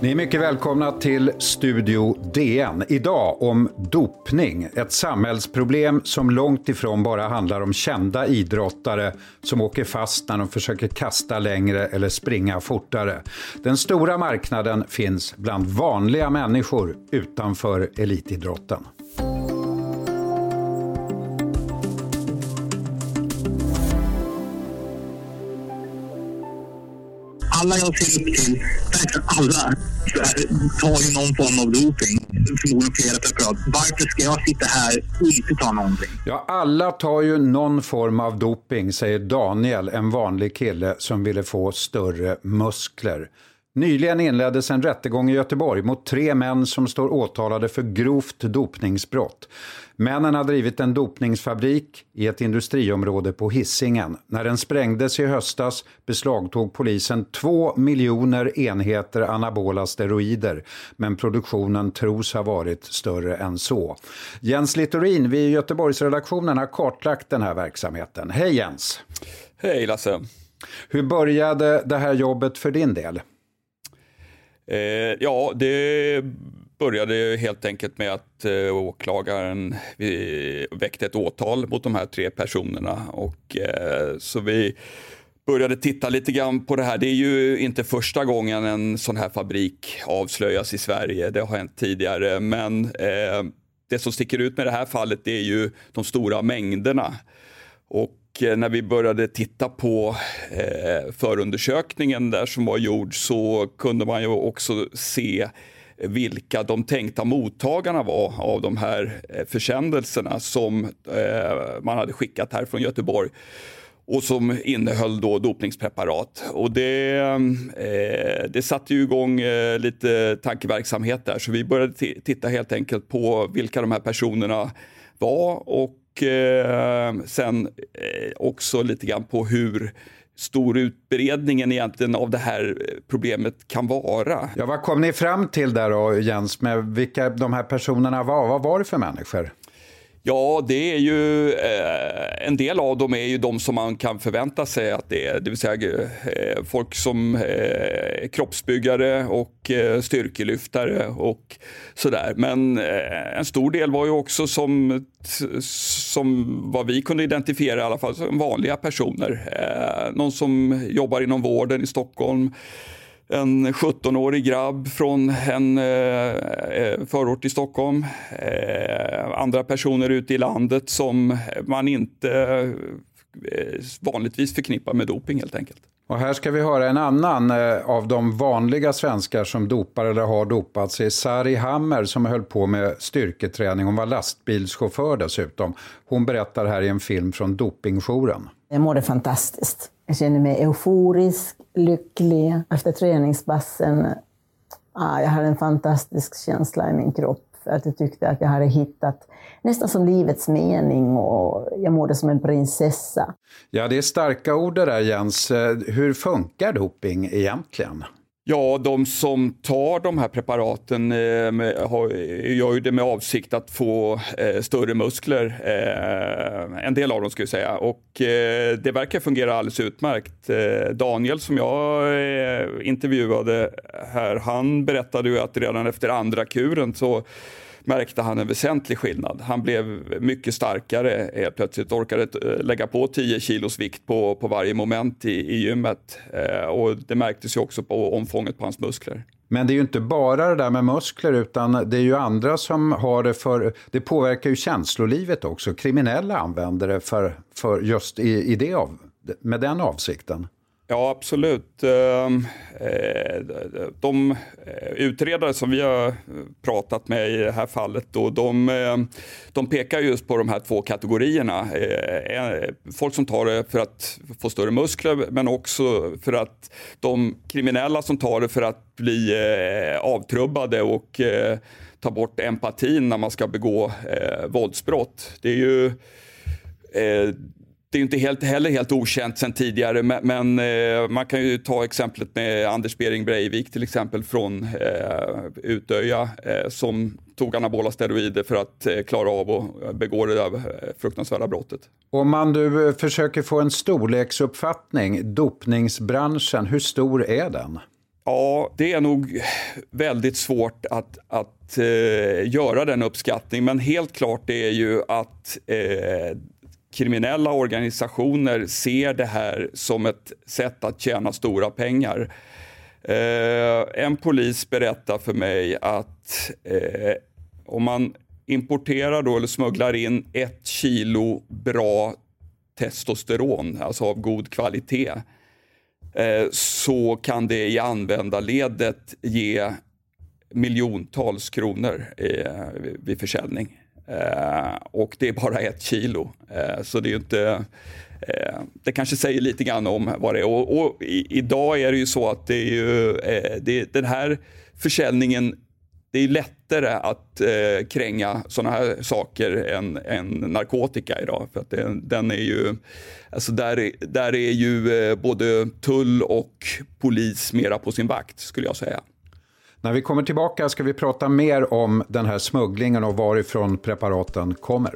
Ni är mycket välkomna till Studio DN. Idag om dopning, ett samhällsproblem som långt ifrån bara handlar om kända idrottare som åker fast när de försöker kasta längre eller springa fortare. Den stora marknaden finns bland vanliga människor utanför elitidrotten. Alla jag ser upp till, alla tar ju någon form av doping, förmodligen flera preparat. Varför ska jag sitta här och inte ta någonting? Ja, alla tar ju någon form av doping, säger Daniel, en vanlig kille som ville få större muskler. Nyligen inleddes en rättegång i Göteborg mot 3 män som står åtalade för grovt dopningsbrott. Männen har drivit en dopningsfabrik i ett industriområde på Hisingen. När den sprängdes i höstas beslagtog polisen 2 miljoner enheter anabola steroider. Men produktionen tros ha varit större än så. Jens Littorin vid Göteborgsredaktionen har kartlagt den här verksamheten. Hej Jens! Hej Lasse! Hur började det här jobbet för din del? Ja, det började helt enkelt med att åklagaren väckte ett åtal mot de här 3 personerna. Och så vi började titta lite grann på det här. Det är ju inte första gången en sån här fabrik avslöjas i Sverige. Det har hänt tidigare. Men det som sticker ut med det här fallet är ju de stora mängderna. Och när vi började titta på förundersökningen där som var gjord så kunde man ju också se vilka de tänkta mottagarna var av de här försändelserna som man hade skickat här från Göteborg och som innehöll då dopningspreparat. Och det satte ju igång lite tankeverksamhet där, så vi började titta helt enkelt på vilka de här personerna var och sen också lite grann på hur stor utbredningen egentligen av det här problemet kan vara. Ja, vad kom ni fram till där då, Jens, med vilka de här personerna var? Vad var det för människor? Ja, det är ju en del av dem är ju de som man kan förvänta sig att det är, det vill säga folk som är kroppsbyggare och styrkelyftare och sådär. Men en stor del var ju också som vad vi kunde identifiera i alla fall som vanliga personer. Någon som jobbar inom vården i Stockholm. En 17-årig grabb från en förort i Stockholm. Andra personer ute i landet som man inte vanligtvis förknippar med doping helt enkelt. Och här ska vi höra en annan av de vanliga svenskar som dopar eller har dopat sig. Sari Hammer som höll på med styrketräning. Hon var lastbilschaufför dessutom. Hon berättar här i en film från dopingjouren. Jag mådde fantastiskt. Jag kände mig euforisk, lycklig. Efter träningspassen, jag hade en fantastisk känsla i min kropp. För att jag tyckte att jag hade hittat nästan som livets mening och jag mådde som en prinsessa. Ja, det är starka ord det där, Jens. Hur funkar doping egentligen? Ja, de som tar de här preparaten gör ju det med avsikt att få större muskler. En del av dem skulle jag säga. Och det verkar fungera alldeles utmärkt. Daniel som jag intervjuade här, han berättade ju att redan efter andra kuren så märkte han en väsentlig skillnad. Han blev mycket starkare, helt plötsligt orkade lägga på 10 kilos vikt på varje moment i gymmet. Och det märktes ju också på omfånget på hans muskler. Men det är ju inte bara det där med muskler utan det är ju andra som har det för... Det påverkar ju känslolivet också. Kriminella använder det för just med den avsikten. Ja, absolut. De utredare som vi har pratat med i det här fallet, då, de pekar just på de här 2 kategorierna. Folk som tar det för att få större muskler, men också för att de kriminella som tar det för att bli avtrubbade och ta bort empatin när man ska begå våldsbrott. Det är ju... Det är inte heller helt okänt sedan tidigare, men man kan ju ta exemplet med Anders Behring Breivik till exempel från Utöja som tog anabola steroider för att klara av och begå det där fruktansvärda brottet. Om man du försöker få en storleksuppfattning, dopningsbranschen, hur stor är den? Ja, det är nog väldigt svårt att göra den uppskattning, men helt klart är ju att kriminella organisationer ser det här som ett sätt att tjäna stora pengar. En polis berättar för mig att om man importerar då eller smugglar in 1 kilo bra testosteron, alltså av god kvalitet, så kan det i användarledet ge miljontals kronor vid försäljning. Och det är bara 1 kilo. Så det är ju inte... Det kanske säger lite grann om vad det är. Och idag är det ju så att det är ju, den här försäljningen, det är lättare att kränga sådana här saker än narkotika idag. För att den är ju, alltså där är ju både tull och polis mera på sin vakt, skulle jag säga. När vi kommer tillbaka ska vi prata mer om den här smugglingen och varifrån preparaten kommer.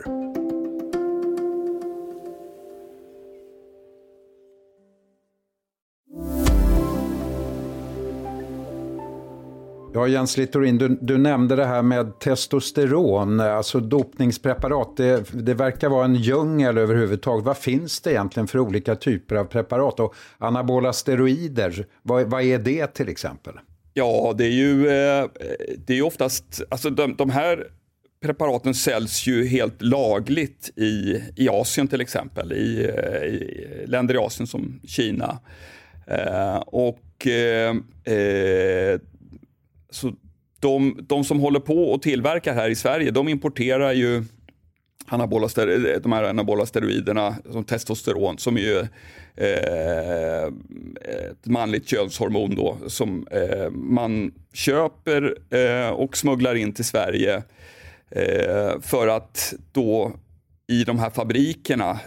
Ja, Jens Littorin, du nämnde det här med testosteron, alltså dopningspreparat. Det verkar vara en djungel överhuvudtaget. Vad finns det egentligen för olika typer av preparat? Och anabola steroider, vad är det till exempel? Ja, det är ju oftast, alltså de här preparaten säljs ju helt lagligt i Asien till exempel, i länder i Asien som Kina. Så de som håller på och tillverkar här i Sverige, de importerar ju de här anabola steroiderna som testosteron, som är ju ett manligt könshormon då, som man köper och smugglar in till Sverige för att då i de här fabrikerna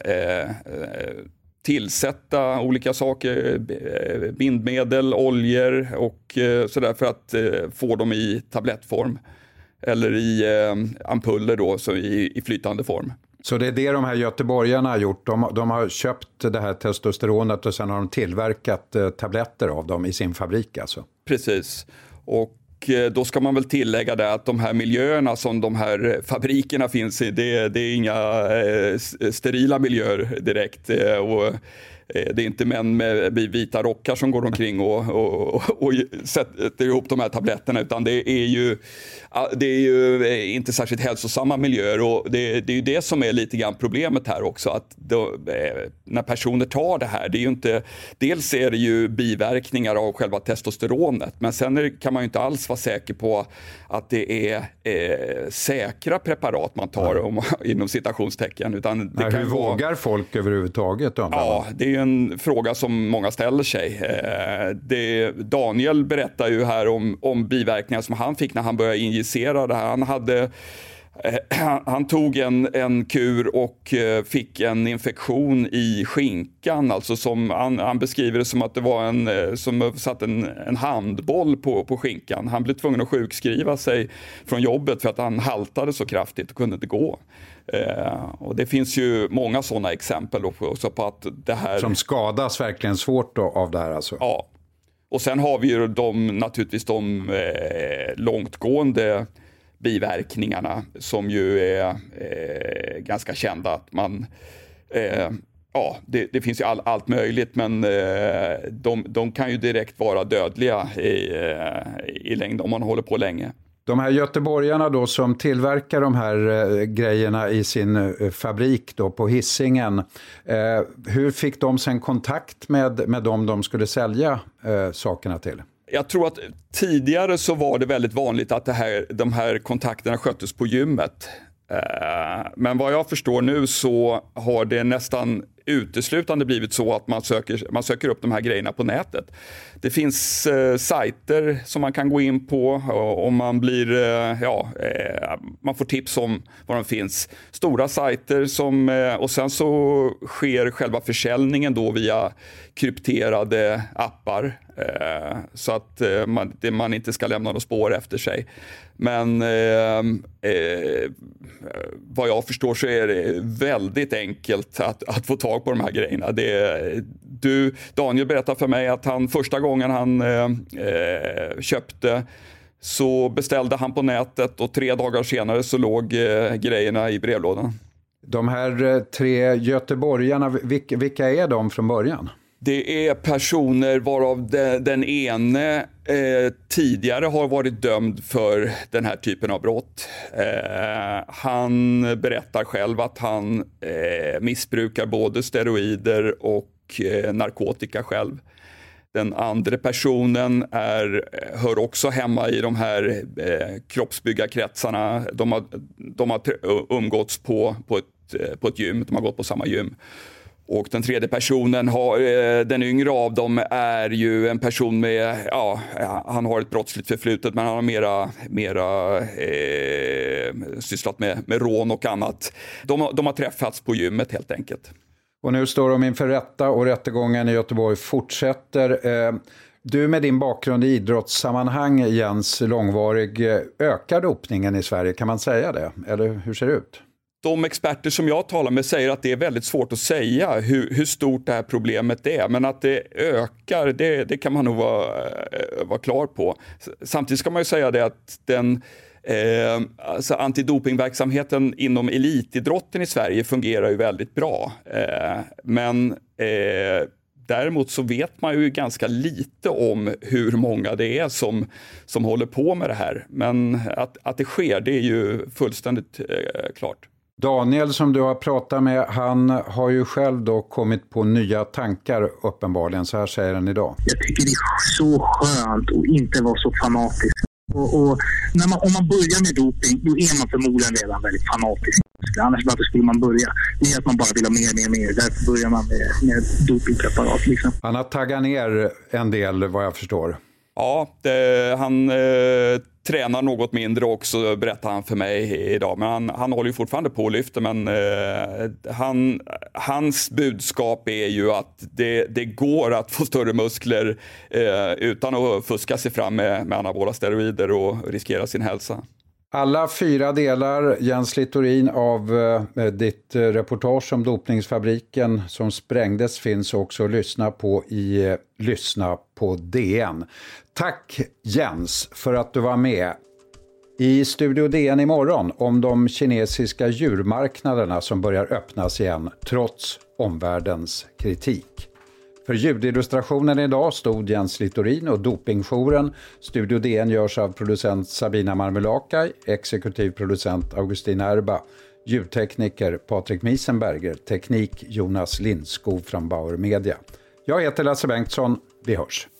tillsätta olika saker, bindmedel, oljor och sådär, för att få dem i tablettform eller i ampuller då, så i flytande form. Så det är det de här göteborgarna har gjort. De har köpt det här testosteronet och sen har de tillverkat tabletter av dem i sin fabrik alltså. Precis. Och då ska man väl tillägga det att de här miljöerna som de här fabrikerna finns i, det är inga sterila miljöer direkt. Och det är inte män med vita rockar som går omkring och sätter ihop de här tabletterna, utan det är ju inte särskilt hälsosamma miljöer, och det är ju det som är lite grann problemet här också, att när personer tar det här, det är ju inte, dels är det ju biverkningar av själva testosteronet, men sen kan man ju inte alls vara säker på att det är säkra preparat man tar inom citationstecken, utan det hur vågar folk överhuvudtaget? Ja, det är ju en fråga som många ställer sig. Daniel berättar ju här om biverkningar som han fick när han började injicera det här. Han tog en kur och fick en infektion i skinkan, alltså som han beskriver det som att det var som satt en handboll på skinkan. Han blev tvungen att sjukskriva sig från jobbet för att han haltade så kraftigt och kunde inte gå. Och det finns ju många sådana exempel också på att det här... Som skadas verkligen svårt då, av det här alltså. Ja, och sen har vi ju naturligtvis de långtgående biverkningarna som ju är ganska kända. Att man, det finns ju allt möjligt, men de kan ju direkt vara dödliga i längd om man håller på länge. De här göteborgarna då som tillverkar de här grejerna i sin fabrik då på Hisingen, hur fick de sen kontakt med dem de skulle sälja sakerna till? Jag tror att tidigare så var det väldigt vanligt att de här kontakterna sköttes på gymmet. Men vad jag förstår nu så har det nästan uteslutande blivit så att man söker upp de här grejerna på nätet. Det finns sajter som man kan gå in på om man man får tips om var de finns. Stora sajter och sen så sker själva försäljningen då via krypterade appar så att man inte ska lämna något spår efter sig. Men vad jag förstår så är det väldigt enkelt att få tag tag på de här grejerna. Daniel berättade för mig att första gången han köpte så beställde han på nätet och 3 dagar senare så låg grejerna i brevlådan. De här 3 göteborgarna, vilka är de från början? Det är personer varav den ene tidigare har varit dömd för den här typen av brott. Han berättar själv att han missbrukar både steroider och narkotika själv. Den andra personen hör också hemma i de här kroppsbyggarkretsarna. De har umgåtts på ett gym, de har gått på samma gym. Och den tredje personen, den yngre av dem, är ju en person med, han har ett brottsligt förflutet, men han har mera sysslat med rån och annat. De har träffats på gymmet helt enkelt. Och nu står de inför rätta och rättegången i Göteborg fortsätter. Du med din bakgrund i idrottssammanhang, Jens, långvarig, ökar dopningen i Sverige, kan man säga det? Eller hur ser det ut? De experter som jag talar med säger att det är väldigt svårt att säga hur stort det här problemet är. Men att det ökar, det kan man nog vara klar på. Samtidigt ska man ju säga det att alltså antidopingverksamheten inom elitidrotten i Sverige fungerar ju väldigt bra. Men däremot så vet man ju ganska lite om hur många det är som håller på med det här. Men att det sker, det är ju fullständigt klart. Daniel som du har pratat med, han har ju själv då kommit på nya tankar uppenbarligen, så här säger han idag. Jag tycker det är så skönt att inte vara så fanatisk. Och om man börjar med doping, då är man förmodligen redan väldigt fanatisk. Annars varför skulle man börja? Det är att man bara vill ha mer. Därför börjar man med dopingpreparat. Liksom. Han har taggat ner en del vad jag förstår. Ja, han tränar något mindre också, berättar han för mig idag. Men han håller ju fortfarande på och lyfter. Men hans budskap är ju att det går att få större muskler utan att fuska sig fram med anabola steroider och riskera sin hälsa. Alla 4 delar, Jens Littorin, av ditt reportage om dopningsfabriken som sprängdes finns också att lyssna på i Lyssna på DN. Tack Jens för att du var med. I Studio DN imorgon om de kinesiska djurmarknaderna som börjar öppnas igen trots omvärldens kritik. För ljudillustrationen idag stod Jens Littorin och Dopingjouren. Studio DN görs av producent Sabina Marmelakai, exekutiv producent Augustin Erba, ljudtekniker Patrik Miesenberger, teknik Jonas Lindskog från Bauer Media. Jag heter Lasse Bengtsson, vi hörs.